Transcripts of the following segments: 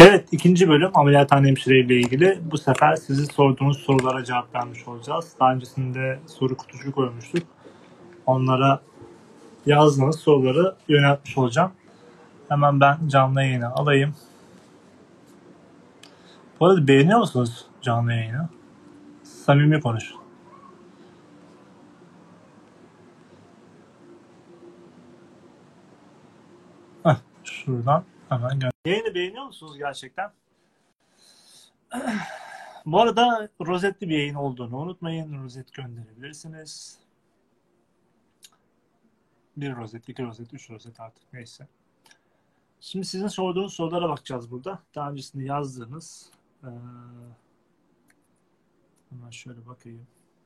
Evet, ikinci bölüm ameliyathane hemşire ile ilgili. Bu sefer sizin sorduğunuz sorulara cevap vermiş olacağız. Daha öncesinde soru kutucu koymuştuk. Onlara yazdığınız soruları yöneltmiş olacağım. Hemen ben canlı yayına alayım. Bu arada beğeniyor musunuz canlı yayını? Samimi konuş. Şuradan hemen gel. Yayını beğeniyor musunuz gerçekten? Bu arada rozetli bir yayın olduğunu unutmayın. Rozet gönderebilirsiniz. 1 rozet, 2 rozet, 3 rozet artık neyse. Şimdi sizin sorduğunuz sorulara bakacağız burada. Daha öncesinde yazdığınız. Hemen şöyle bakayım.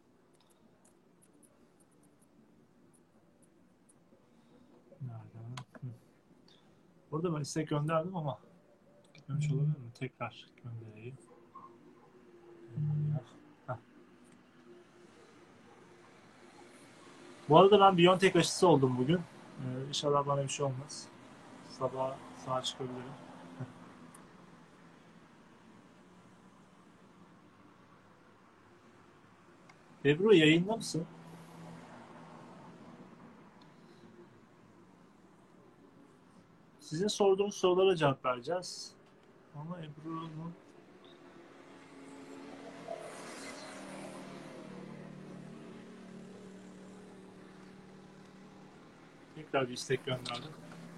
Nerede? Burada ben istek gönderdim ama gitmemiş olabilir mi? Tekrar göndereyim. Bu arada ben Biontech aşısı oldum bugün. İnşallah bana bir şey olmaz. Sabah sağa çıkabilirim. Ebru yayında mısın? Sizin sorduğunuz sorulara cevap vereceğiz. Ama Ebru'nun tekrar bir istek gönderdim.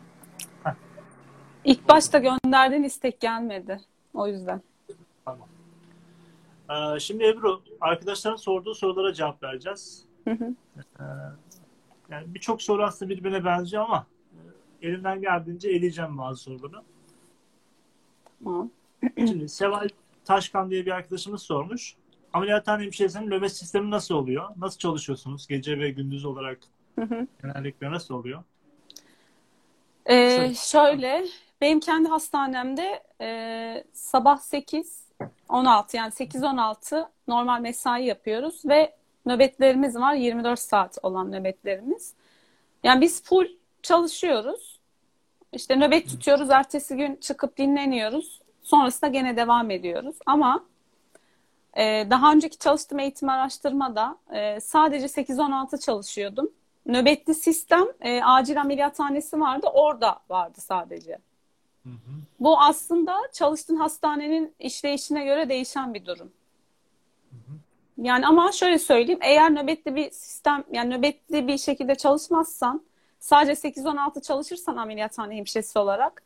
İlk başta gönderdiğin istek gelmedi. O yüzden. Tamam. Şimdi Ebru, arkadaşların sorduğu sorulara cevap vereceğiz. Yani birçok soru aslında birbirine benziyor ama elimden geldiğince eleyeceğim bazı soruları. Tamam. Şimdi Seval Taşkan diye bir arkadaşımız sormuş. Ameliyathane hemşiresinin nöbet sistemi nasıl oluyor? Nasıl çalışıyorsunuz? Gece ve gündüz olarak genellikle nasıl oluyor? Şöyle, benim kendi hastanemde sabah 8-16 yani 8-16 normal mesai yapıyoruz ve nöbetlerimiz var. 24 saat olan nöbetlerimiz. Yani biz full çalışıyoruz. İşte nöbet tutuyoruz. Ertesi gün çıkıp dinleniyoruz. Sonrasında gene devam ediyoruz. Ama daha önceki çalıştığım eğitim araştırmada sadece 8-16 çalışıyordum. Nöbetli sistem acil ameliyathanesi vardı. Orada vardı sadece. Bu aslında çalıştığın hastanenin işleyişine göre değişen bir durum. Yani ama şöyle söyleyeyim. Eğer nöbetli bir sistem, yani nöbetli bir şekilde çalışmazsan, sadece 8-16 çalışırsan ameliyathane hemşiresi olarak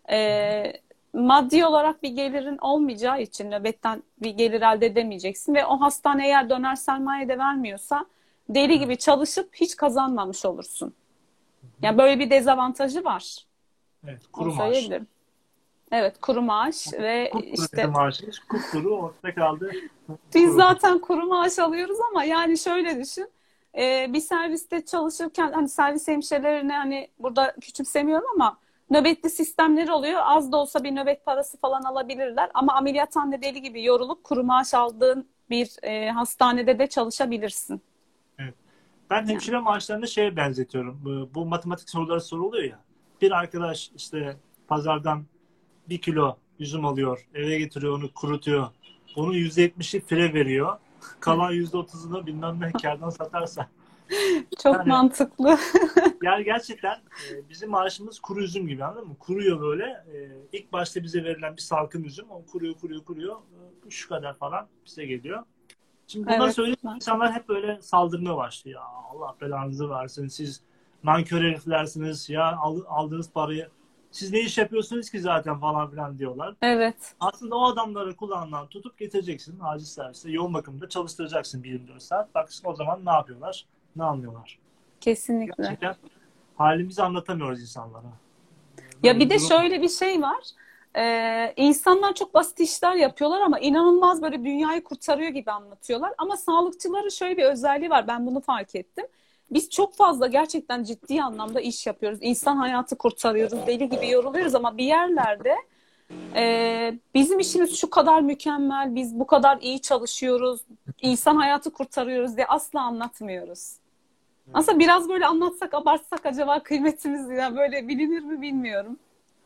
maddi olarak bir gelirin olmayacağı için nöbetten bir gelir elde edemeyeceksin ve o hastane eğer döner sermaye de vermiyorsa deli gibi çalışıp hiç kazanmamış olursun. Yani böyle bir dezavantajı var. Evet, kuru maaş. Evet, kuru maaş ve işte maaşımız kupkuru ortada kaldı. Biz zaten kuru maaş alıyoruz ama yani şöyle düşün. Bir serviste çalışırken hani servis hemşirelerine hani burada küçümsemiyorum ama nöbetli sistemleri oluyor. Az da olsa bir nöbet parası falan alabilirler. Ama ameliyathanede deli gibi yorulup kuru maaş aldığın bir hastanede de çalışabilirsin. Evet. Ben hemşire maaşlarını şeye benzetiyorum. Bu matematik soruları soruluyor ya. Bir arkadaş işte pazardan 1 kilo üzüm alıyor. Eve getiriyor, onu kurutuyor. Onun %70'i fire veriyor. Kalan %30'unu bilmem ne kârdan satarsa. Çok yani, mantıklı. Yani gerçekten bizim maaşımız kuru üzüm gibi, anladın mı? Kuruyor böyle. İlk başta bize verilen bir salkım üzüm. O kuruyor. Şu kadar falan bize geliyor. Şimdi bunları söyleyince insanlar hep böyle saldırmaya başlıyor. Ya Allah belanızı versin. Siz nankör heriflersiniz. Ya aldığınız parayı siz ne iş yapıyorsunuz ki zaten falan filan diyorlar. Evet. Aslında o adamları kulağından tutup getireceksin. Acil serviste, yoğun bakımda çalıştıracaksın 24 saat. Baksın o zaman ne yapıyorlar? Ne anlıyorlar? Kesinlikle. Gerçekten halimizi anlatamıyoruz insanlara. Ya bir de şöyle bir şey var. İnsanlar çok basit işler yapıyorlar ama inanılmaz böyle dünyayı kurtarıyor gibi anlatıyorlar. Ama sağlıkçıların şöyle bir özelliği var. Ben bunu fark ettim. Biz çok fazla gerçekten ciddi anlamda iş yapıyoruz. İnsan hayatı kurtarıyoruz. Deli gibi yoruluyoruz ama bir yerlerde bizim işimiz şu kadar mükemmel, biz bu kadar iyi çalışıyoruz, insan hayatı kurtarıyoruz diye asla anlatmıyoruz. Aslında biraz böyle anlatsak, abartsak acaba kıymetimiz ya böyle bilinir mi bilmiyorum.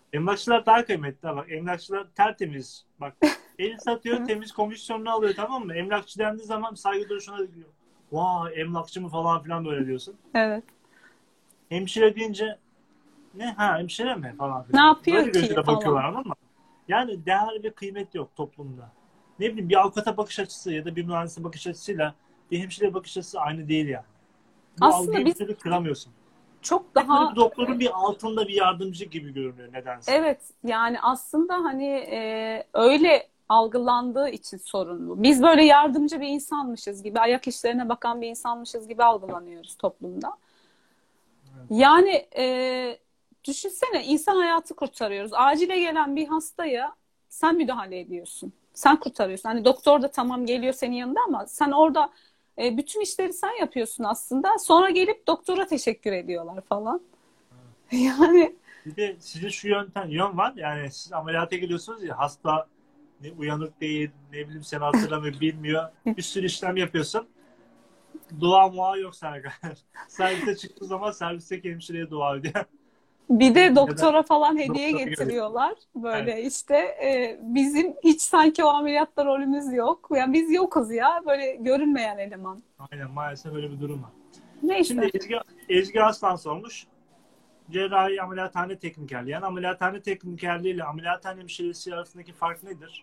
Emlakçılar daha kıymetli. Bak emlakçılar tertemiz. Bak el satıyor, temiz komisyonunu alıyor, tamam mı? Emlakçı dendiği zaman saygı duruşuna gidiyor. Vay emlakçı mı falan filan böyle diyorsun. Evet. Hemşire deyince ne, ha hemşire mi falan Ne filan. Böyle yapıyor ki gözüyle bakıyorlar, falan. anladın mı? Yani değer ve kıymet yok toplumda. Ne bileyim, bir avukata bakış açısı ya da bir mühendise bakış açısıyla bir hemşire bakış açısı aynı değil yani. Bu Aslında algıyı bir biz türlü kıramıyorsun. çok Hep böyle bir daha doktorun bir altında bir yardımcı gibi görünüyor nedense. evet yani aslında hani öyle algılandığı için sorun bu. Biz böyle yardımcı bir insanmışız gibi, ayak işlerine bakan bir insanmışız gibi algılanıyoruz toplumda. Evet. Yani düşünsene insan hayatı kurtarıyoruz. Acile gelen bir hastaya sen müdahale ediyorsun. Sen kurtarıyorsun. Hani doktor da tamam geliyor senin yanında ama sen orada bütün işleri sen yapıyorsun aslında. Sonra gelip doktora teşekkür ediyorlar falan. Yani Bir de sizin şu yön var. Yani siz ameliyata geliyorsunuz ya, hasta ne uyanık değil, ne bileyim seni hatırlamıyor, bilmiyor. Bir sürü işlem yapıyorsun. Dua mua yok sana kadar. Servise çıktığı zaman servisteki hemşireye dua ediyor. bir de Ya da doktora falan hediye doktora göre. getiriyorlar. Evet. Böyle işte bizim hiç sanki o ameliyatta rolümüz yok. Yani biz yokuz ya. Böyle görünmeyen eleman. Aynen, maalesef böyle bir durum var. Şimdi Neyse. Ezgi Aslan sormuş. Cerrahi ameliyathane teknikerliği. Yani ameliyathane teknikerliği ile ameliyathane hemşiresi arasındaki fark nedir?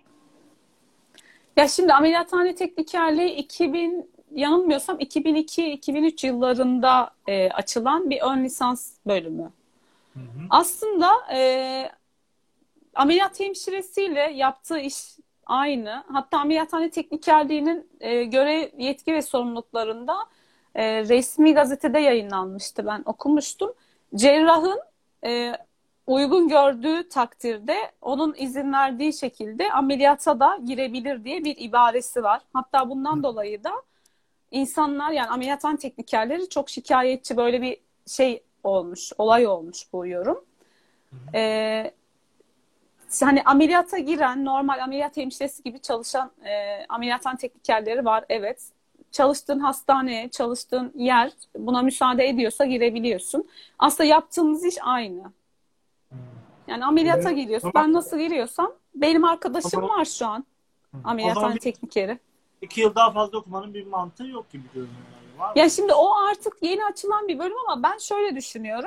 Ya şimdi ameliyathane teknikerliği 2000 yanılmıyorsam 2002-2003 yıllarında açılan bir ön lisans bölümü. Hı hı. Aslında ameliyat hemşiresiyle yaptığı iş aynı. Hatta ameliyathane teknikerliğinin görev, yetki ve sorumluluklarında resmi gazetede yayınlanmıştı. Ben okumuştum. Cerrahın e, uygun gördüğü takdirde onun izin verdiği şekilde ameliyata da girebilir diye bir ibaresi var. Hatta bundan dolayı da insanlar yani ameliyathane teknikerleri çok şikayetçi böyle bir şey olmuş, olay olmuş bu yorum. Hı hı. E, Hani ameliyata giren normal ameliyat hemşiresi gibi çalışan ameliyathane teknikerleri var. Evet. Çalıştığın hastane, çalıştığın yer buna müsaade ediyorsa girebiliyorsun. Aslında yaptığımız iş aynı. Hı. Yani ameliyata O giriyorsun. zaman, Ben nasıl giriyorsam benim o arkadaşım zaman, var şu an o zaman ameliyathane teknikeri. 2 yıl daha fazla okumanın bir mantığı yok gibi görünüyor. Yani. Var mı? Ya şimdi o artık yeni açılan bir bölüm ama ben şöyle düşünüyorum.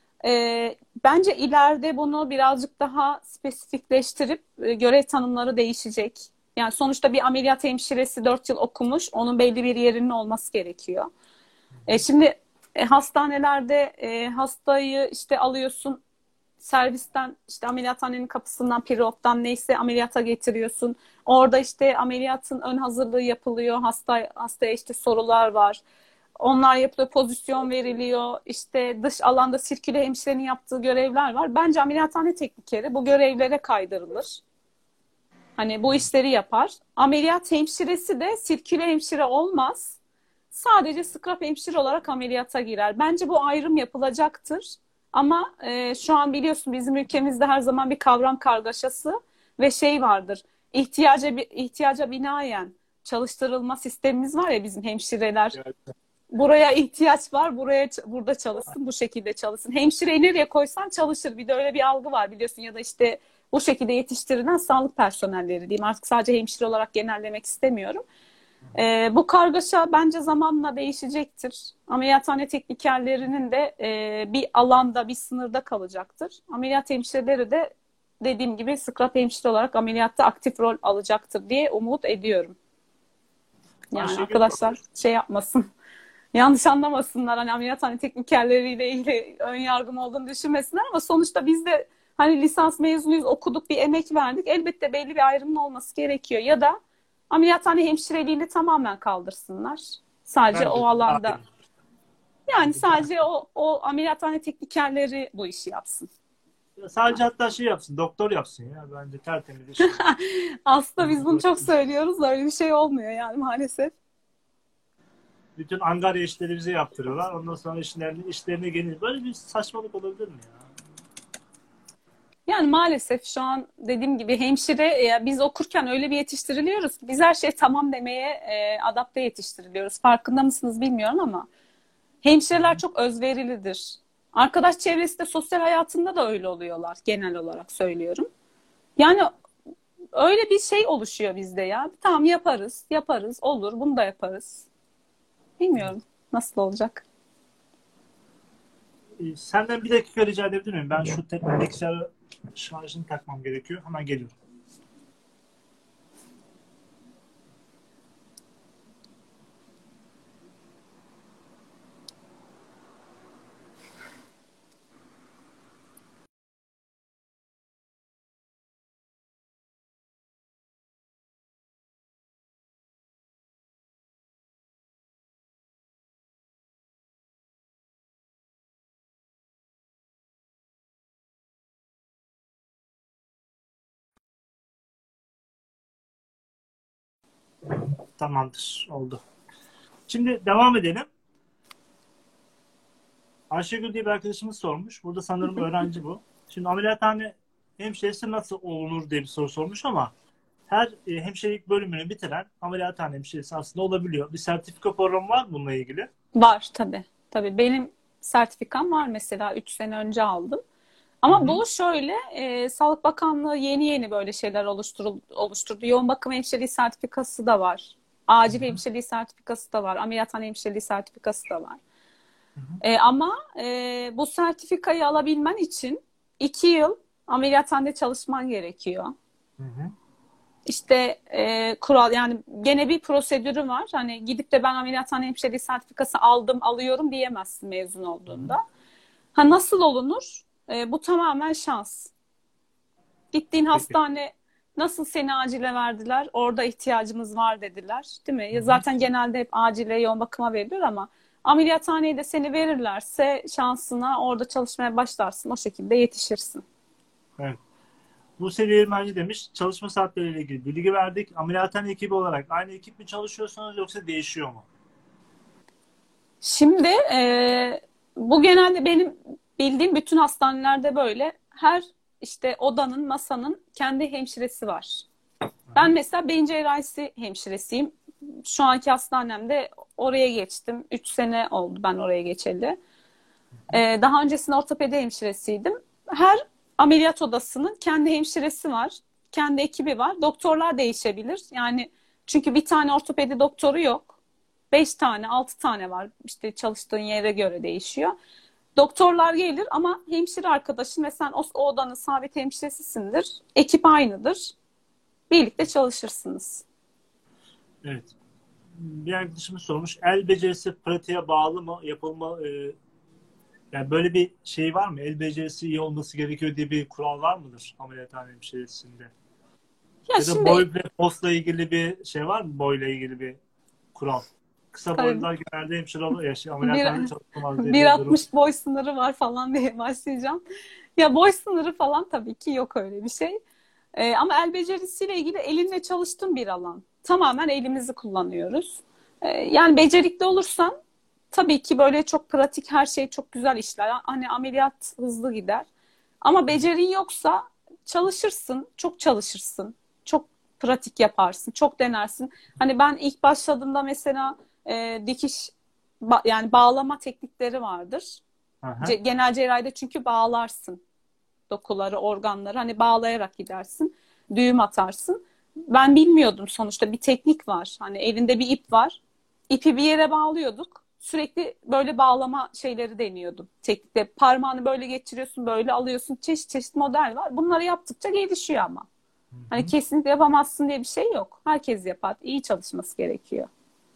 Bence ileride bunu birazcık daha spesifikleştirip görev tanımları değişecek. Yani sonuçta bir ameliyat hemşiresi 4 yıl okumuş, onun belli bir yerinin olması gerekiyor. Şimdi hastanelerde hastayı işte alıyorsun servisten işte ameliyathanenin kapısından perioptan neyse ameliyata getiriyorsun. Orada işte ameliyatın ön hazırlığı yapılıyor. Hastaya işte sorular var. Onlar yapılıyor, pozisyon veriliyor. İşte dış alanda sirküle hemşirenin yaptığı görevler var. Bence ameliyathane teknikeri bu görevlere kaydırılır. Hani bu işleri yapar. Ameliyat hemşiresi de sirküle hemşire olmaz. Sadece scrap hemşire olarak ameliyata girer. Bence bu ayrım yapılacaktır. Ama şu an biliyorsun bizim ülkemizde her zaman bir kavram kargaşası ve şey vardır. İhtiyaca binaen çalıştırılma sistemimiz var ya bizim hemşireler. Evet. Buraya ihtiyaç var, burada çalışsın, bu şekilde çalışsın. Hemşireyi nereye koysan çalışır. Bir de öyle bir algı var biliyorsun ya da işte bu şekilde yetiştirilen sağlık personelleri diyeyim. Artık sadece hemşire olarak genellemek istemiyorum. Bu kargaşa bence zamanla değişecektir. Ameliyathane teknikerlerinin de bir alanda, bir sınırda kalacaktır. Ameliyat hemşireleri de dediğim gibi scrap hemşire olarak ameliyatta aktif rol alacaktır diye umut ediyorum. Yani Ayşegül arkadaşlar şey yapmasın. Yanlış anlamasınlar hani ameliyathane teknikerleriyle ilgili ön yargım olduğunu düşünmesinler ama sonuçta biz de hani lisans mezunuyuz, okuduk, bir emek verdik. Elbette belli bir ayrımın olması gerekiyor. Ya da ameliyathane hemşireliğini tamamen kaldırsınlar. Sadece bence o daha alanda. iyi. Yani Bence daha sadece o ameliyathane teknikerleri bu işi yapsın. iyi. Sadece hatta şey yapsın, doktor yapsın ya. Bence tertemiz iş. Aslında biz bunu çok söylüyoruz da öyle bir şey olmuyor yani maalesef. Bütün angarya işleri bize yaptırıyorlar. Ondan sonra işlerine gelir. Böyle bir saçmalık olabilir mi ya? Yani maalesef şu an dediğim gibi hemşire biz okurken öyle bir yetiştiriliyoruz. Biz her şey tamam demeye adapte yetiştiriliyoruz. Farkında mısınız bilmiyorum ama hemşireler çok özverilidir. Arkadaş çevresi de sosyal hayatında da öyle oluyorlar. Genel olarak söylüyorum. Yani öyle bir şey oluşuyor bizde ya. Tamam yaparız, yaparız, olur, bunu da yaparız. Bilmiyorum nasıl olacak. Senden bir dakika rica edebilir miyim? Ben şu bilgisayarı şarjını takmam gerekiyor. Hemen geliyorum. Tamamdır. Oldu. Şimdi devam edelim. Ayşegül diye bir arkadaşımız sormuş. Burada sanırım öğrenci bu. Şimdi ameliyathane hemşiresi nasıl olunur diye bir soru sormuş ama her hemşirelik bölümünü bitiren ameliyathane hemşiresi aslında olabiliyor. Bir sertifika programı var mı bununla ilgili? Var tabii. Tabii benim sertifikam var mesela 3 sene önce aldım. Hı Ama hı. bu şöyle, Sağlık Bakanlığı yeni yeni böyle şeyler oluşturdu. Yoğun bakım hemşireliği sertifikası da var. Hı Acil hı. hemşireliği sertifikası da var. Ameliyathane hemşireliği sertifikası da var. Hı hı. Ama bu sertifikayı alabilmen için 2 yıl ameliyathanede çalışman gerekiyor. Hı hı. İşte kural yani gene bir prosedürü var. Hani gidip de ben ameliyathane hemşireliği sertifikası aldım, alıyorum diyemezsin mezun Hı hı. olduğunda. Ha nasıl olunur? Bu tamamen şans. Gittiğin Peki. hastane nasıl seni acile verdiler? Orada ihtiyacımız var dediler, değil mi? Hı Ya hı. zaten genelde hep acile yoğun bakıma veriliyor ama ameliyathaneye de seni verirlerse şansına orada çalışmaya başlarsın. O şekilde yetişirsin. Evet. Bu seviye Ermenci demiş. Çalışma saatleriyle ilgili bilgi verdik. Ameliyathane ekibi olarak aynı ekip mi çalışıyorsunuz yoksa değişiyor mu? Şimdi bu genelde benim bildiğim bütün hastanelerde böyle. Her işte odanın, masanın kendi hemşiresi var. Hı Ben hı. mesela beyin cerrahisi hemşiresiyim. Şu anki hastanemde oraya geçtim. 3 sene oldu ben oraya geçeli. Daha öncesinde ortopedi hemşiresiydim. Her ameliyat odasının kendi hemşiresi var. Kendi ekibi var. Doktorlar değişebilir. Yani çünkü bir tane ortopedi doktoru yok. 5 tane, 6 tane var. İşte çalıştığın yere göre değişiyor. Doktorlar gelir ama hemşire arkadaşın ve sen o odanın sabit hemşiresisindir. Ekip aynıdır. Birlikte çalışırsınız. Evet. Bir arkadaşımız sormuş. El becerisi pratiğe bağlı mı? Yapılma yani böyle bir şey var mı? El becerisi iyi olması gerekiyor diye bir kural var mıdır ameliyathane hemşiresinde? Ya Ya da şimdi boy ve postla ilgili bir şey var mı? Boyla ilgili bir kural. Kısa tabii boylular genelde hemşire olur. Ya, bir, ameliyathanede çalışamaz diye bir durum. 1,60 boy sınırı var falan diye başlayacağım. Ya boy sınırı falan tabii ki yok öyle bir şey. Ama el becerisiyle ilgili elinle çalıştığın bir alan. Tamamen elimizi kullanıyoruz. Yani becerikli olursan tabii ki böyle çok pratik her şey çok güzel işler. Hani ameliyat hızlı gider. Ama becerin yoksa çalışırsın, çok çalışırsın. Çok pratik yaparsın, çok denersin. Hani ben ilk başladığımda mesela dikiş yani bağlama teknikleri vardır. Aha. Genel cerrahide çünkü bağlarsın dokuları, organları hani bağlayarak gidersin. Düğüm atarsın. Ben bilmiyordum sonuçta bir teknik var. Hani elinde bir ip var. İpi bir yere bağlıyorduk. Sürekli böyle bağlama şeyleri deniyordum. Teknikte parmağını böyle geçiriyorsun, böyle alıyorsun. Çeşit çeşit model var. Bunları yaptıkça gelişiyor ama. Hı Hani hı. kesinlikle yapamazsın diye bir şey yok. Herkes yapar. İyi çalışması gerekiyor.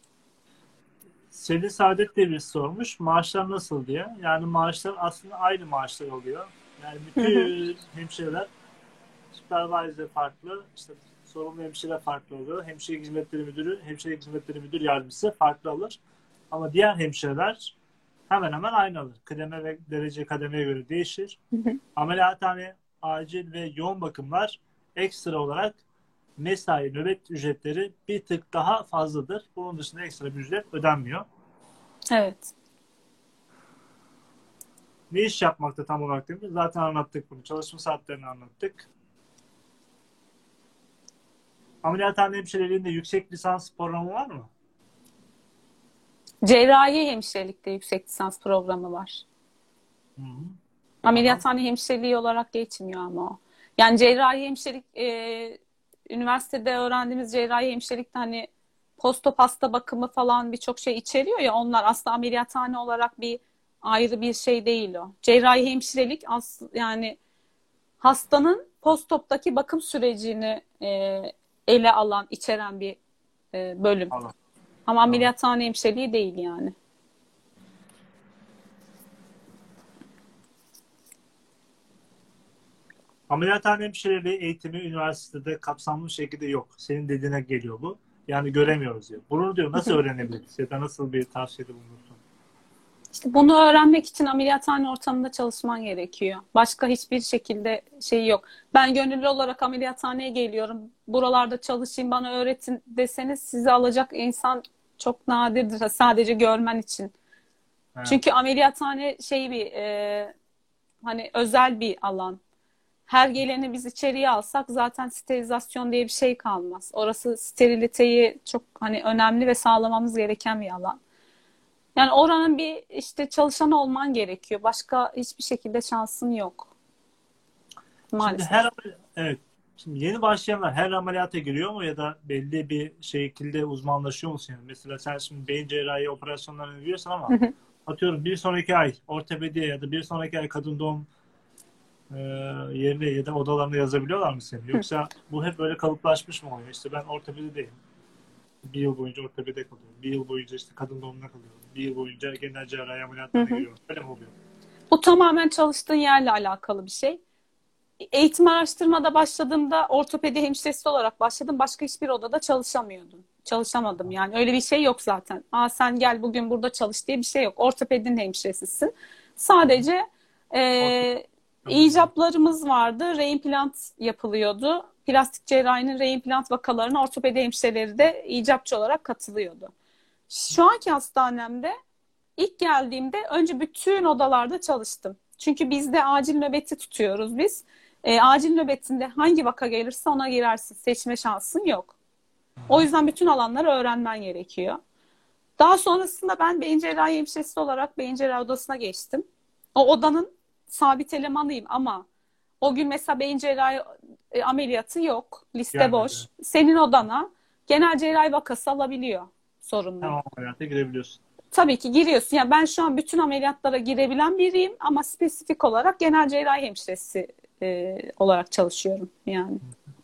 Selin Saadet de bir sormuş. Maaşlar nasıl diye. Yani maaşlar aslında aynı maaşlar oluyor. Yani Hı hı. bütün hemşireler supervisor farklı, işte sorumlu hemşire farklı oluyor. Hemşire hizmetleri müdürü, hemşire hizmetleri müdür yardımcısı farklı alır. Ama diğer hemşireler hemen hemen aynı alır. Kıdeme ve derece kademeye göre değişir. Hı hı. Ameliyathane, acil ve yoğun bakımlar ekstra olarak mesai nöbet ücretleri bir tık daha fazladır. Bunun dışında ekstra bir ücret ödenmiyor. Evet. Ne iş yapmakta tam olarak değil mi? Zaten anlattık bunu. Çalışma saatlerini anlattık. Ameliyathane hemşireliğinde yüksek lisans programı var mı? Cerrahi hemşirelikte yüksek lisans programı var. Hı hı. Tamam. Ameliyathane hemşireliği olarak geçmiyor ama o. Yani cerrahi hemşirelik üniversitede öğrendiğimiz cerrahi hemşirelikte hani postop hasta bakımı falan birçok şey içeriyor ya, onlar aslında ameliyathane olarak bir ayrı bir şey değil o. Cerrahi hemşirelik yani hastanın postoptaki bakım sürecini ele alan, içeren bir bölüm. Tamam. Ama Tamam. ameliyathane hemşireliği değil yani. Ameliyathane hemşireliği eğitimi üniversitede kapsamlı şekilde yok. Senin dediğine geliyor bu. Yani göremiyoruz diyor. Bunu diyor nasıl öğrenebiliriz ya da nasıl bir tavsiyede bulunursun? İşte bunu öğrenmek için ameliyathane ortamında çalışman gerekiyor. Başka hiçbir şekilde şey yok. Ben gönüllü olarak ameliyathaneye geliyorum. Buralarda çalışayım, bana öğretin deseniz sizi alacak insan çok nadirdir. Sadece görmen için. Evet. Çünkü ameliyathane şey bir hani özel bir alan. Her geleni biz içeriye alsak zaten sterilizasyon diye bir şey kalmaz. Orası steriliteyi çok hani önemli ve sağlamamız gereken bir alan. Yani oranın bir işte çalışanı olman gerekiyor. Başka hiçbir şekilde şansın yok Şimdi maalesef. evet. Şimdi yeni başlayanlar her ameliyata giriyor mu ya da belli bir şekilde uzmanlaşıyor musun? Yani mesela sen şimdi beyin cerrahi operasyonlarına giriyorsun ama atıyorum bir sonraki ay ortopediye ya da bir sonraki ay kadın doğum e, yerine ya da odalarına yazabiliyorlar mı seni? Yoksa bu hep böyle kalıplaşmış mı oluyor? İşte ben ortopedideyim. Bir yıl boyunca ortopede kalıyorum. Bir yıl boyunca işte kadın doğumuna kalıyorum. Bir yıl boyunca genel cerrahi Hı ameliyatlarına hı. giriyorum. Öyle mi oluyor? Bu tamamen çalıştığın yerle alakalı bir şey. Eğitim araştırmada başladığımda ortopedi hemşiresi olarak başladım. Başka hiçbir odada çalışamıyordum. Çalışamadım yani. Öyle bir şey yok zaten. Aa, sen gel bugün burada çalış diye bir şey yok. Ortopedinin hemşiresisin. Sadece Ortopedi e, anladım. icaplarımız vardı. Reimplant yapılıyordu. Plastik cerrahinin reimplant vakalarına ortopedi hemşireleri de icapçı olarak katılıyordu. Şu anki hastanemde ilk geldiğimde önce bütün odalarda çalıştım. Çünkü bizde acil nöbeti tutuyoruz biz. Acil nöbetinde hangi vaka gelirse ona girersin. Seçme şansın yok. Hı O hı. yüzden bütün alanları öğrenmen gerekiyor. Daha sonrasında ben beyin cerrahi hemşiresi olarak beyin cerrahi odasına geçtim. O odanın sabit elemanıyım ama o gün mesela beyin cerrahi ameliyatı yok. Liste boş. Gelmedi. Senin odana genel cerrahi vakası alabiliyor sorumlu. Tamam ameliyata girebiliyorsun. Tabii ki giriyorsun. Yani ben şu an bütün ameliyatlara girebilen biriyim ama spesifik olarak genel cerrahi hemşiresi olarak çalışıyorum yani.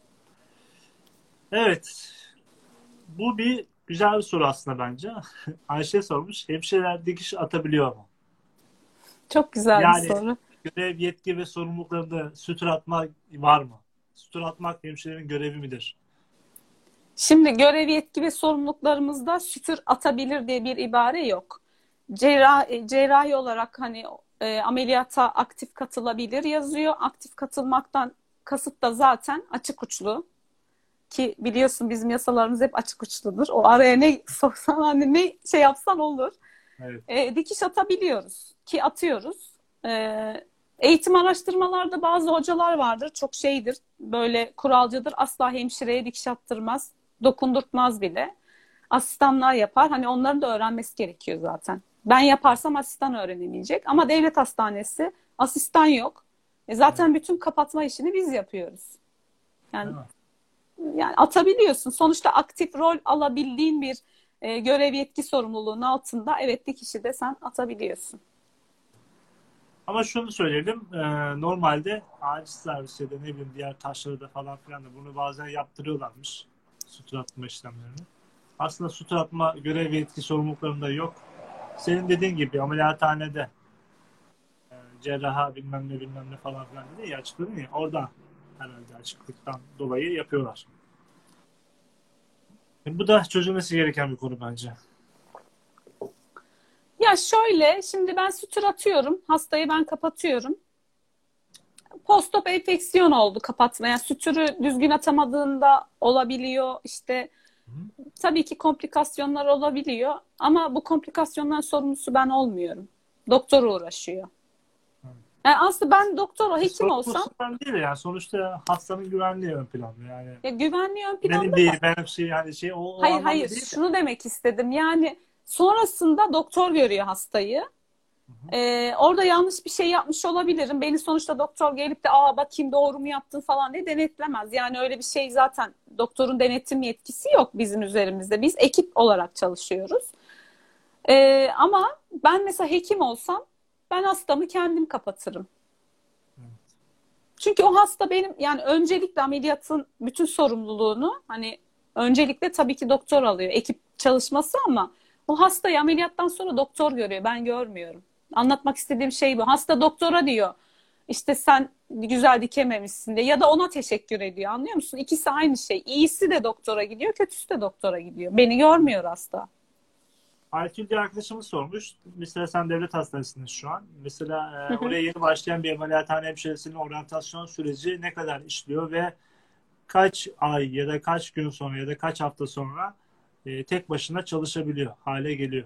Evet. Bu bir güzel bir soru aslında bence. Ayşe sormuş. Hemşireler dikiş atabiliyor mu? Çok güzel bir Yani soru. görev, yetki ve sorumluluklarında sütür atma var mı? Sütür atmak hemşirenin görevi midir? Şimdi görev, yetki ve sorumluluklarımızda sütür atabilir diye bir ibare yok. Cerrahi olarak hani ameliyata aktif katılabilir yazıyor. Aktif katılmaktan kasıt da zaten açık uçlu. Ki biliyorsun bizim yasalarımız hep açık uçludur. O araya ne soksan hani ne şey yapsan olur. Evet. Dikiş atabiliyoruz ki atıyoruz. Eğitim araştırmalarda bazı hocalar vardır. Çok şeydir, böyle kuralcıdır. Asla hemşireye dikiş attırmaz, dokundurtmaz bile. Asistanlar yapar. Hani onların da öğrenmesi gerekiyor zaten. Ben yaparsam asistan öğrenemeyecek. Ama devlet hastanesi asistan yok. Evet. Zaten bütün kapatma işini biz yapıyoruz. Yani Değil mi? yani atabiliyorsun. Sonuçta aktif rol alabildiğin bir görev, yetki, sorumluluğun altında evet dikişi de sen atabiliyorsun. Ama şunu söyleyelim. Normalde acil serviste de ne bileyim diğer taşlarda falan filan da bunu bazen yaptırıyorlarmış. Sütür atma işlemlerini. Aslında sütür atma görev, yetki, sorumluluklarında yok. Senin dediğin gibi ameliyathanede cerraha bilmem ne bilmem ne falan filan dedi ya açıkladın ya orada herhalde açıklıktan dolayı yapıyorlar. Bu da çözülmesi gereken bir konu bence. Ya şöyle, şimdi ben sütür atıyorum, hastayı ben kapatıyorum. Postop enfeksiyon oldu kapatma. Yani sütürü düzgün atamadığında olabiliyor. İşte Hı. tabii ki komplikasyonlar olabiliyor. Ama bu komplikasyonların sorumlusu ben olmuyorum. Doktor uğraşıyor. Hı. Yani aslında ben doktor, hekim olsam Sorumlusu ben değil yani sonuçta hastanın güvenliği ön planda yani. ya güvenliği ön Benim planda değil da. benim şey yani şey o Hayır anlamda hayır, değil de. şunu demek istedim. Yani sonrasında doktor görüyor hastayı. Orada yanlış bir şey yapmış olabilirim. Beni sonuçta doktor gelip de bakayım doğru mu yaptın falan diye denetlemez. Yani öyle bir şey, zaten doktorun denetim yetkisi yok bizim üzerimizde. Biz ekip olarak çalışıyoruz. Ama ben mesela hekim olsam ben hastamı kendim kapatırım. Çünkü o hasta benim, yani öncelikle ameliyatın bütün sorumluluğunu hani öncelikle tabii ki doktor alıyor. Ekip çalışması, ama o hastayı ameliyattan sonra doktor görüyor. Ben görmüyorum. Anlatmak istediğim şey bu. Hasta doktora diyor, İşte sen güzel dikememişsin de, ya da ona teşekkür ediyor. Anlıyor musun? İkisi aynı şey. İyisi de doktora gidiyor, kötüsü de doktora gidiyor. Beni görmüyor hasta. Aytül bir arkadaşımız sormuş. Mesela sen devlet hastanesinde şu an. Mesela Hı hı. oraya yeni başlayan bir ameliyathane hemşiresinin oryantasyon süreci ne kadar işliyor ve kaç ay ya da kaç gün sonra ya da kaç hafta sonra tek başına çalışabiliyor hale geliyor.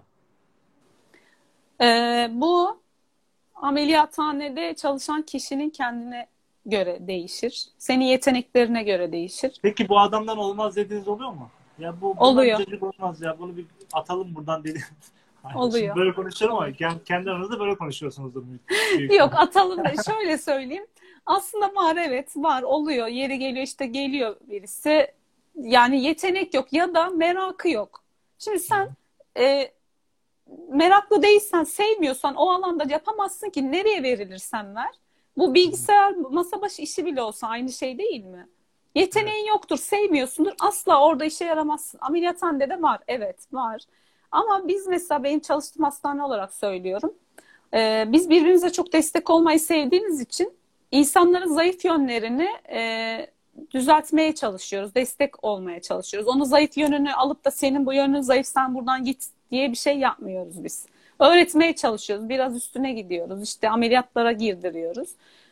Bu ameliyathanede çalışan kişinin kendine göre değişir. Senin yeteneklerine göre değişir. Peki bu adamdan olmaz dediğiniz oluyor mu? Ya bundan Oluyor. cacık olmaz ya. Bunu bir atalım buradan dedi. Şimdi Oluyor. böyle konuşuyorum ama Oluyor. kendi aranızda böyle konuşuyorsunuzdur büyük Yok, ihtimal. atalım da şöyle söyleyeyim. Aslında var, evet var, oluyor. Yeri geliyor, işte geliyor birisi. Yani yetenek yok ya da merakı yok. Şimdi sen e, meraklı değilsen, sevmiyorsan o alanda yapamazsın ki, nereye verilirsen ver. Bu bilgisayar masa başı işi bile olsa aynı şey değil mi? Evet. Yeteneğin yoktur, sevmiyorsundur, asla orada işe yaramazsın. Ameliyathanede de var, evet var. Ama biz mesela, benim çalıştığım hastane olarak söylüyorum. Biz birbirimize çok destek olmayı sevdiğimiz için insanların zayıf yönlerini düzeltmeye çalışıyoruz, destek olmaya çalışıyoruz. Onu, zayıf yönünü alıp da senin bu yönün zayıf, sen buradan git diye bir şey yapmıyoruz biz. Öğretmeye çalışıyoruz, biraz üstüne gidiyoruz, işte ameliyatlara girdiriyoruz.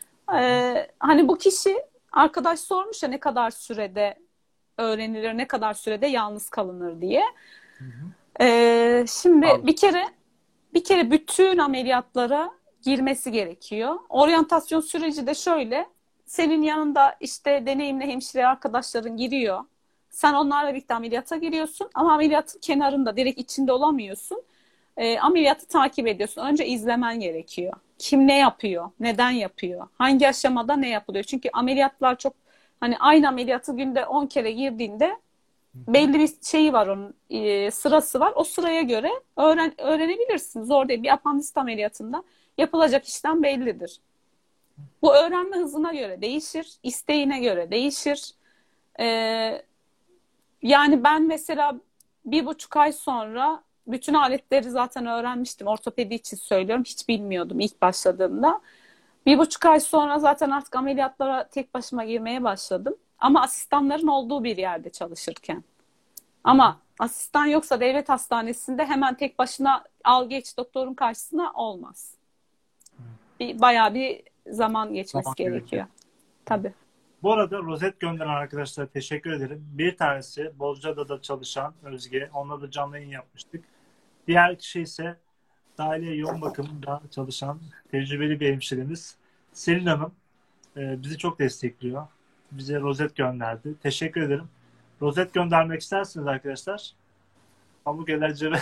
Hani bu kişi, arkadaş sormuş ya, ne kadar sürede öğrenilir, ne kadar sürede yalnız kalınır diye. Hı hı. Şimdi Sağ bir kere bütün ameliyatlara girmesi gerekiyor. Oryantasyon süreci de şöyle. Senin yanında işte deneyimli hemşire arkadaşların giriyor. Sen onlarla birlikte ameliyata giriyorsun, ama ameliyatın kenarında, direkt içinde olamıyorsun. Ameliyatı takip ediyorsun. Önce izlemen gerekiyor. Kim ne yapıyor? Neden yapıyor? Hangi aşamada ne yapılıyor? Çünkü ameliyatlar çok, hani aynı ameliyatı günde 10 kere girdiğinde hı. belli bir şeyi var, onun sırası var. O sıraya göre öğrenebilirsin. Zor değil. Bir apandisit ameliyatında yapılacak işlem bellidir. Bu öğrenme hızına göre değişir, isteğine göre değişir. Ee, Yani ben mesela 1,5 ay sonra bütün aletleri zaten öğrenmiştim. Ortopedi için söylüyorum. Hiç bilmiyordum ilk başladığımda. 1,5 ay sonra zaten artık ameliyatlara tek başıma girmeye başladım. Ama asistanların olduğu bir yerde çalışırken. Hı hı. Ama asistan yoksa devlet hastanesinde hemen tek başına al geç doktorun karşısına olmaz. Bayağı bir zaman geçmesi Zaman gerekiyor. gerekiyor. Tabii. Bu arada rozet gönderen arkadaşlara teşekkür ederim. Bir tanesi Bozcaada'da çalışan Özge. Onunla da canlı yayın yapmıştık. Diğer kişi ise dahiliye yoğun bakımda çalışan tecrübeli bir hemşiremiz Selin Hanım. Bizi çok destekliyor. Bize rozet gönderdi. Teşekkür ederim. Rozet göndermek istersiniz arkadaşlar. Pamuk Elerci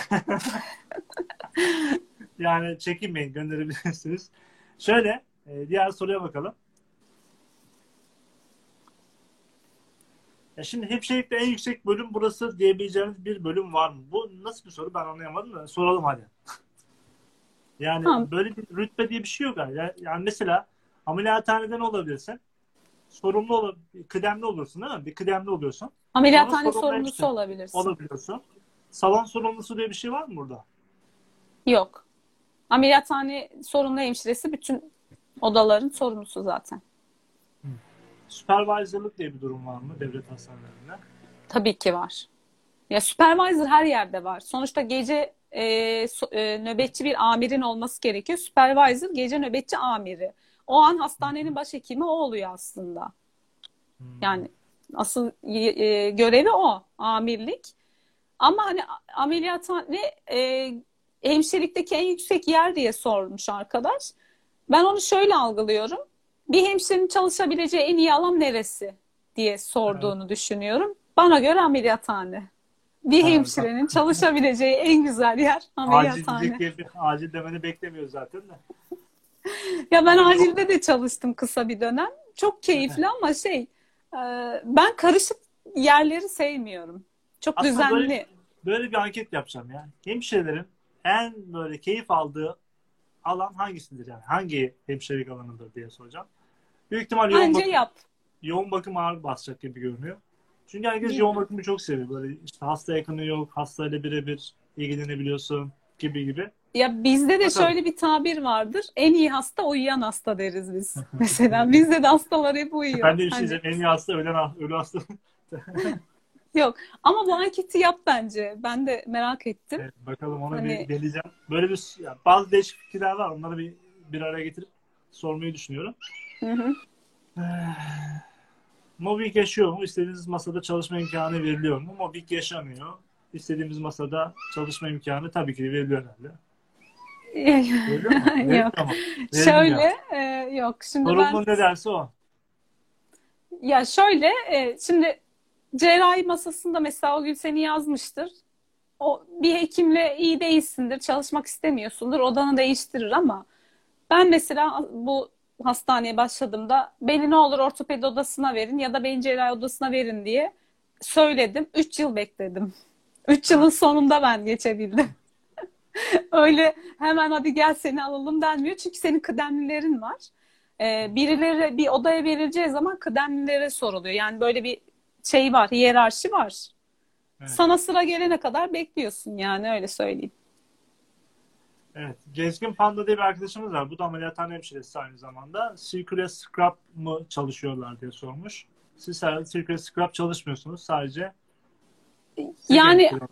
yani çekinmeyin, gönderebilirsiniz. Şöyle diğer soruya bakalım. Ya şimdi hemşirelikte en yüksek bölüm burası diyebileceğiniz bir bölüm var mı? Bu nasıl bir soru, ben anlayamadım da soralım hadi. Yani Tamam. böyle bir rütbe diye bir şey yok. Yani mesela ameliyathaneden olabilirsin. Sorumlu kıdemli olursun değil mi? Bir kıdemli oluyorsun. Sonra Ameliyathane sorumlu sorumlusu hemşire olabilirsin. olabiliyorsun. Salon sorumlusu diye bir şey var mı burada? Yok. Ameliyathane sorumlu hemşiresi bütün odaların sorumlusu zaten. Hı. Supervisor'lık diye bir durum var mı devlet hastanelerinde? Tabii ki var. Ya supervisor her yerde var. Sonuçta gece nöbetçi bir amirin olması gerekiyor. Supervisor gece nöbetçi amiri. O an hastanenin başhekimi o oluyor aslında. Hı. Yani asıl görevi o, amirlik. Ama hani ameliyathane hemşirelikteki en yüksek yer diye sormuş arkadaş. Ben onu şöyle algılıyorum. Bir hemşirenin çalışabileceği en iyi alan neresi diye Evet. sorduğunu düşünüyorum. Bana göre ameliyathane. Bir Ha, hemşirenin çalışabileceği en güzel yer acil diyecek ameliyathane. diye acil demeni beklemiyor zaten de. Ya ben Ama yok. acilde de çalıştım kısa bir dönem. Çok keyifli ama e, ben karışık yerleri sevmiyorum. Çok Aslında düzenli. böyle bir anket yapacağım ya. Hemşirelerin en böyle keyif aldığı alan hangisidir yani? Hangi hemşirelik alanıdır diye soracağım. Büyük ihtimal Anca yap. yoğun bakım ağır basacak gibi görünüyor. Çünkü herkes yoğun bakımı çok seviyor. Böyle işte hasta yakını yok, hastayla birebir ilgilenebiliyorsun gibi gibi. Ya bizde de Bakalım. şöyle bir tabir vardır. En iyi hasta uyuyan hasta deriz biz. Mesela bizde de hastalar hep uyuyor. Ben de bir şey Hani diyeceğim. En iyi hasta ölü hasta. yok. Ama bu anketi yap bence. Ben de merak ettim. Evet, bakalım onu bir Hani deneyeceğim. Böyle yani bazı değişik fikirler var. Onları bir araya getirip sormayı düşünüyorum. hı hı. Mobbing yaşıyor mu? İstediğiniz masada çalışma imkanı veriliyor mu? Mobbing yaşanıyor. İstediğimiz masada çalışma imkanı tabii ki de veriliyor herhalde. Veriliyor mu? Veriliyor Yok. mu? Verilmiyor. Şöyle yok. Şimdi ben Sorumlu ne derse o. ya şöyle şimdi cerrahi masasında mesela o gün seni yazmıştır. O bir hekimle iyi değilsindir, çalışmak istemiyorsundur, odanı değiştirir ama ben mesela bu hastaneye başladığımda beni ne olur ortopedi odasına verin ya da beyin cerrahi odasına verin diye söyledim. 3 yıl bekledim. 3 yılın sonunda ben geçebildim. Öyle hemen hadi gel seni alalım denmiyor. Çünkü senin kıdemlilerin var. Birileri bir odaya verileceği zaman kıdemlilere soruluyor. Yani böyle bir şey var, hiyerarşi var. Evet. Sana sıra gelene kadar bekliyorsun yani öyle söyleyeyim. Evet. Gezgin Panda diye bir arkadaşımız var. Bu da ameliyathane hemşiresi aynı zamanda. Circular Scrub mı çalışıyorlar diye sormuş. Siz Circular Scrub çalışmıyorsunuz. Sadece size Yani gerektiriyor.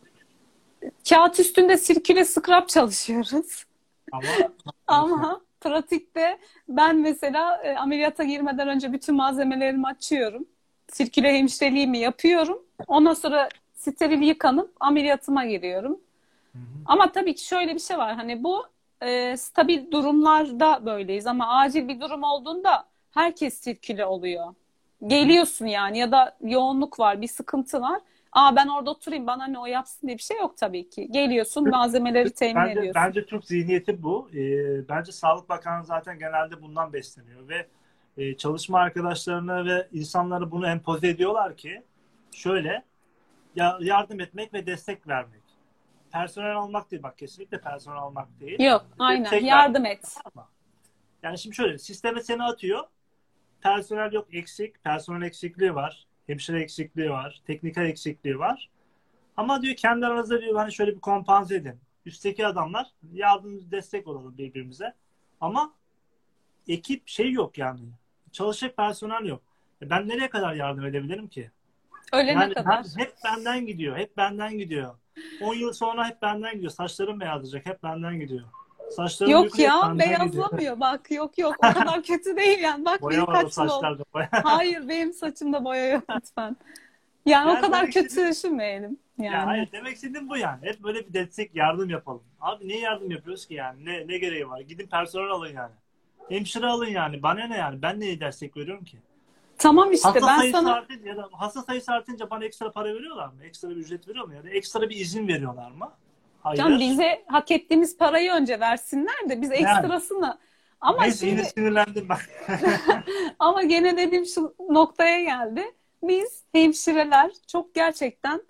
kağıt üstünde sirküle scrub çalışıyoruz. Ama Ama pratikte ben mesela ameliyata girmeden önce bütün malzemelerimi açıyorum. Sirküle hemşireliğimi yapıyorum. Ondan sonra steril yıkanıp ameliyatıma giriyorum. Hı hı. Ama tabii ki şöyle bir şey var. Hani bu stabil durumlarda böyleyiz ama acil bir durum olduğunda herkes sirküle oluyor. Geliyorsun yani ya da yoğunluk var, bir sıkıntı var. Aa ben orada oturayım bana ne o yapsın diye bir şey yok tabii ki. Geliyorsun malzemeleri temin ediyorsun. Bence Türk zihniyeti bu. Bence Sağlık Bakanı zaten genelde bundan besleniyor ve çalışma arkadaşlarına ve insanlara bunu empoze ediyorlar ki şöyle yardım etmek ve destek vermek. Personel almak değil bak kesinlikle personel almak değil. Yok aynen Destek vermek. yardım et. Ama yani şimdi şöyle sisteme seni atıyor. Personel yok eksik. Personel eksikliği var. Hemşire eksikliği var. Tekniker eksikliği var. Ama diyor kendi aranızda diyor hani şöyle bir kompanze edin. Üstteki adamlar yardım destek olalım birbirimize. Ama ekip şey yok yani. Çalışacak personel yok. Ben nereye kadar yardım edebilirim ki? Ölene Yani kadar. hep benden gidiyor. Hep benden gidiyor. 10 yıl sonra hep benden gidiyor. Saçlarım beyazlayacak. Hep benden gidiyor. Saçlarım Yok dökülecek. ya Benden gidiyor. beyazlamıyor bak yok o kadar kötü değil yani bak Boya benim var o kaç yıl oldu. saçlarda. Boya. Hayır benim saçımda boya yok lütfen. Yani o Yani kadar demek kötü istediğim, düşünmeyelim ya yani. hayır demek istediğim bu yani. Hep böyle bir destek yardım yapalım. Abi niye yardım yapıyoruz ki yani? Ne gereği var? Gidin personel alın yani. Hemşire alın yani. Bana ne yani? Ben neye destek veriyorum ki? Tamam işte Hasta ben sayısı sana artınca ya da hasta sayısı artınca bana ekstra para veriyorlar mı? Ekstra bir ücret veriyor mu? Ya da ekstra bir izin veriyorlar mı? can Hayır. bize hak ettiğimiz parayı önce versinler de biz Yani. ekstrasını ama Neyse yine şimdi sinirlendim bak. ama gene dediğim şu noktaya geldi. Biz hemşireler çok gerçekten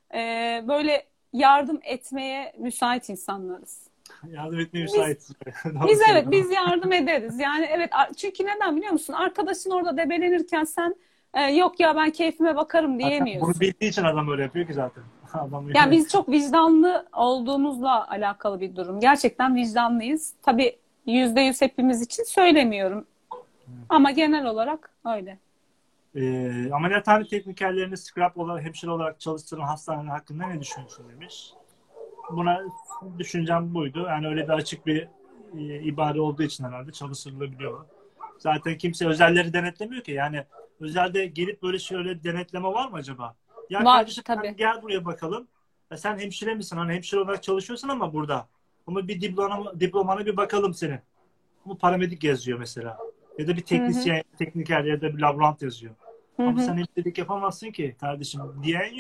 böyle yardım etmeye müsait insanlarız. Yardım etmeye Biz müsait. Doğru Biz evet söyledin. biz yardım ederiz. Yani evet çünkü neden biliyor musun? Arkadaşın orada debelenirken sen yok ya ben keyfime bakarım Zaten bunu diyemiyorsun. bildiği için adam öyle yapıyor ki zaten. Adam Yani biz çok vicdanlı olduğumuzla alakalı bir durum. Gerçekten vicdanlıyız. Tabii %100 hepimiz için söylemiyorum. Ama genel olarak öyle. Ameliyathane teknikerlerini scrap olarak, hemşire olarak çalıştıran hastaneler hakkında ne düşünüyorsun demiş. Buna düşüncem buydu. Yani öyle bir açık bir ibare olduğu için herhalde çalıştırılabiliyor. Zaten kimse özelleri denetlemiyor ki. Yani özelde gelip böyle şöyle denetleme var mı acaba? Ya Var kardeşim sen tabii. gel buraya bakalım. Ya sen hemşire misin? Hani hemşire olarak çalışıyorsun ama burada. Ama bir diplomana bir bakalım senin. Ama paramedik yazıyor mesela. Ya da bir Hı hı, tekniker ya da bir laborant yazıyor. hı Ama hı. sen hemşirelik yapamazsın ki kardeşim diyen yok.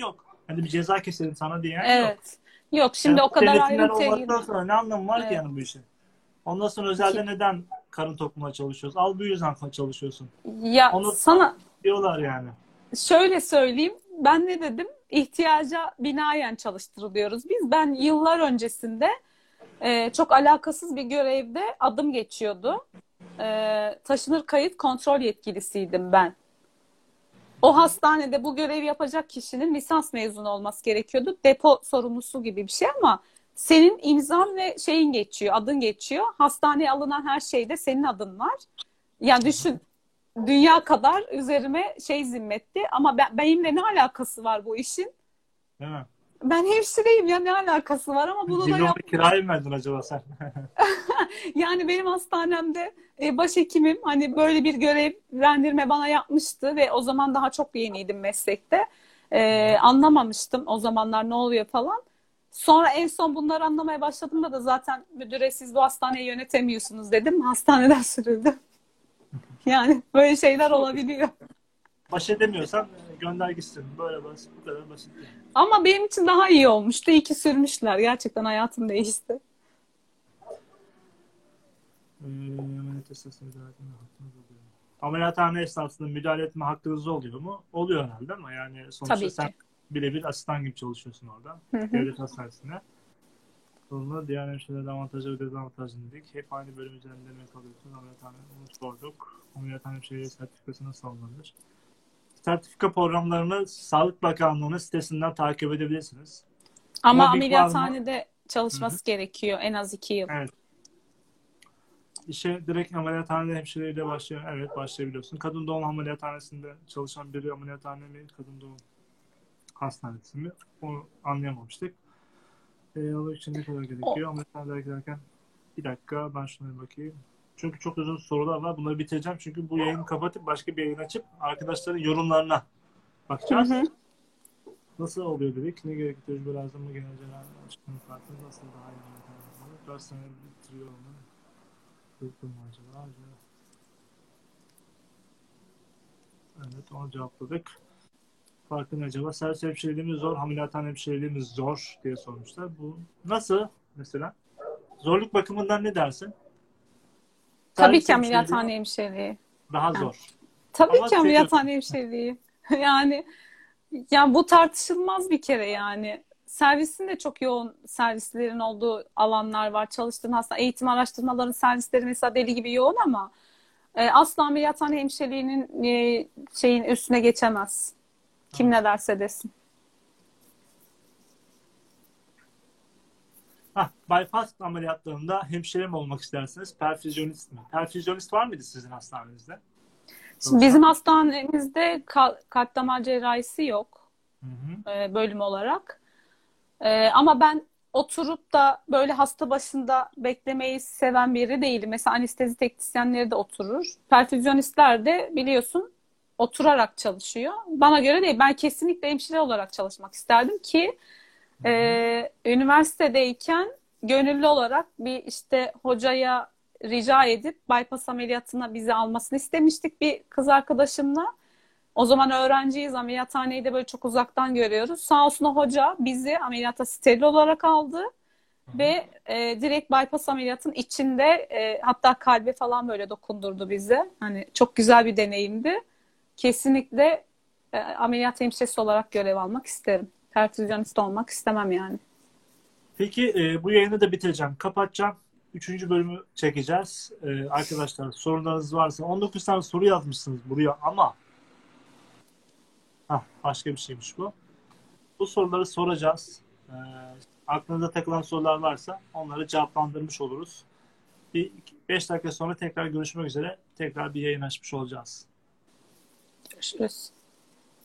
Hani bir ceza keselim sana diyen yok. Evet. Yok şimdi Yani o kadar denetimler ayrıntıya olmaktan girmem. sonra ne anlamı var ki Evet. yani bu işin? Ondan sonra özelde Ki- neden karın tokluğuna çalışıyorsun? Al bu yüzden çalışıyorsun. Ya Onu sana diyorlar yani. şöyle söyleyeyim. Ben ne dedim? İhtiyaca binaen çalıştırılıyoruz. Ben yıllar öncesinde çok alakasız bir görevde adım geçiyordu. Taşınır kayıt kontrol yetkilisiydim ben. O hastanede bu görevi yapacak kişinin lisans mezunu olması gerekiyordu. Depo sorumlusu gibi bir şey ama senin imzan ve şeyin geçiyor, adın geçiyor. Hastaneye alınan her şeyde senin adın var. Yani düşün, dünya kadar üzerime şey zimmetti ama benimle ne alakası var bu işin? Değil mi? Ben hemşireyim ya, ne alakası var ama bunu da Diploma yapmış. kiraya mı verdin acaba sen? Yani benim hastanemde başhekimim hani böyle bir görevlendirme bana yapmıştı ve o zaman daha çok yeniydim meslekte. Anlamamıştım o zamanlar ne oluyor falan. Sonra en son bunları anlamaya başladığımda da zaten müdüre siz bu hastaneyi yönetemiyorsunuz dedim. Hastaneden sürüldüm. Yani böyle şeyler olabiliyor. Baş edemiyorsan gönder gitsin. Böyle basit, bu kadar basit yani. Ama benim için daha iyi olmuştu. İyi ki sürmüşler. Gerçekten hayatım değişti. Ameliyat esnasında müdahale etme hakkınız oluyor. Ameliyathane esnasında müdahale etme hakkınız oluyor mu? Oluyor herhalde ama yani sonuçta Tabii sen ki. birebir asistan gibi çalışıyorsun orada. Hı hı. Devlet hastanesinde. Sonra diğer hemşirelerde avantajı ve dezavantajını dedik. Hep aynı bölüm üzerinde mi kalıyorsunuz? Ameliyathane onu sorduk. Ameliyathane hemşireliği sertifikası nasıl alınır? Sertifika programlarını Sağlık Bakanlığı'nın sitesinden takip edebilirsiniz. Ama Mobbing var mı? ameliyathanede Hı hı. çalışması gerekiyor en az 2 yıl. Evet. İşe direkt ameliyathanede hemşireyle başlıyor. Evet, başlayabiliyorsun. Kadın doğum ameliyathanesinde çalışan biri ameliyathane mi? Kadın doğum hastanesi mi? Onu anlayamamıştık. O için ne kadar O, gerekiyor? Ameliyathanelere giderken bir dakika ben şuna bir bakayım. Çünkü çok uzun sorular var. Bunları bitireceğim. Çünkü bu yayını kapatıp başka bir yayın açıp arkadaşların yorumlarına hı bakacağız. hı. Nasıl oluyor dedik. Ne gerekli tecrübe lazım mı? Genel cerrahi açıklama farklı. Nasıl daha iyi ameliyathanede? 4 sene bitiriyor mu? Kırpım mı acaba? Evet, onu cevapladık. Farkı ne acaba? Servis hemşireliğimiz zor, ameliyathane hemşireliğimiz zor diye sormuşlar. Bu nasıl mesela? Zorluk bakımından ne dersin? Tabii Servis ki hemşireliği ameliyathane hemşireliği. daha Yani, zor. tabii Ama ki seviyorsun. ameliyathanede hemşireliği. Yani bu tartışılmaz bir kere yani. Servisin de çok yoğun servislerin olduğu alanlar var. Çalıştığın hasta eğitim araştırmaların servisleri mesela deli gibi yoğun ama asla ameliyathane hemşireliğinin şeyin üstüne geçemez. Kim Tamam. ne derse desin. Bypass ameliyatlarında hemşire mi olmak istersiniz? Perfüzyonist mi? Perfüzyonist var mıydı sizin hastanenizde? Şimdi bizim Çalışan? hastanemizde kalp damar cerrahisi yok Hı hı. bölüm olarak. Ama ben oturup da böyle hasta başında beklemeyi seven biri değilim. Mesela anestezi teknisyenleri de oturur. Perfüzyonistler de biliyorsun oturarak çalışıyor. Bana göre değil. Ben kesinlikle hemşire olarak çalışmak isterdim ki Hı hı. üniversitedeyken gönüllü olarak bir işte hocaya rica edip bypass ameliyatına bizi almasını istemiştik bir kız arkadaşımla. O zaman öğrenciyiz. Ameliyathaneyi de böyle çok uzaktan görüyoruz. Sağ olsun o hoca bizi ameliyata steril olarak aldı Hı hı. ve direkt bypass ameliyatın içinde hatta kalbe falan böyle dokundurdu bize. Hani çok güzel bir deneyimdi. Kesinlikle ameliyat hemşiresi olarak görev almak isterim. Perfüzyonist olmak istemem yani. Peki bu yayını da bitireceğim. Kapatacağım. Üçüncü bölümü çekeceğiz. Arkadaşlar sorularınız varsa 19 tane soru yazmışsınız buraya ama başka bir şeymiş bu. Bu soruları soracağız. Aklınıza takılan sorular varsa onları cevaplandırmış oluruz. Bir 5 dakika sonra tekrar görüşmek üzere. Tekrar bir yayın açmış olacağız. Görüşürüz.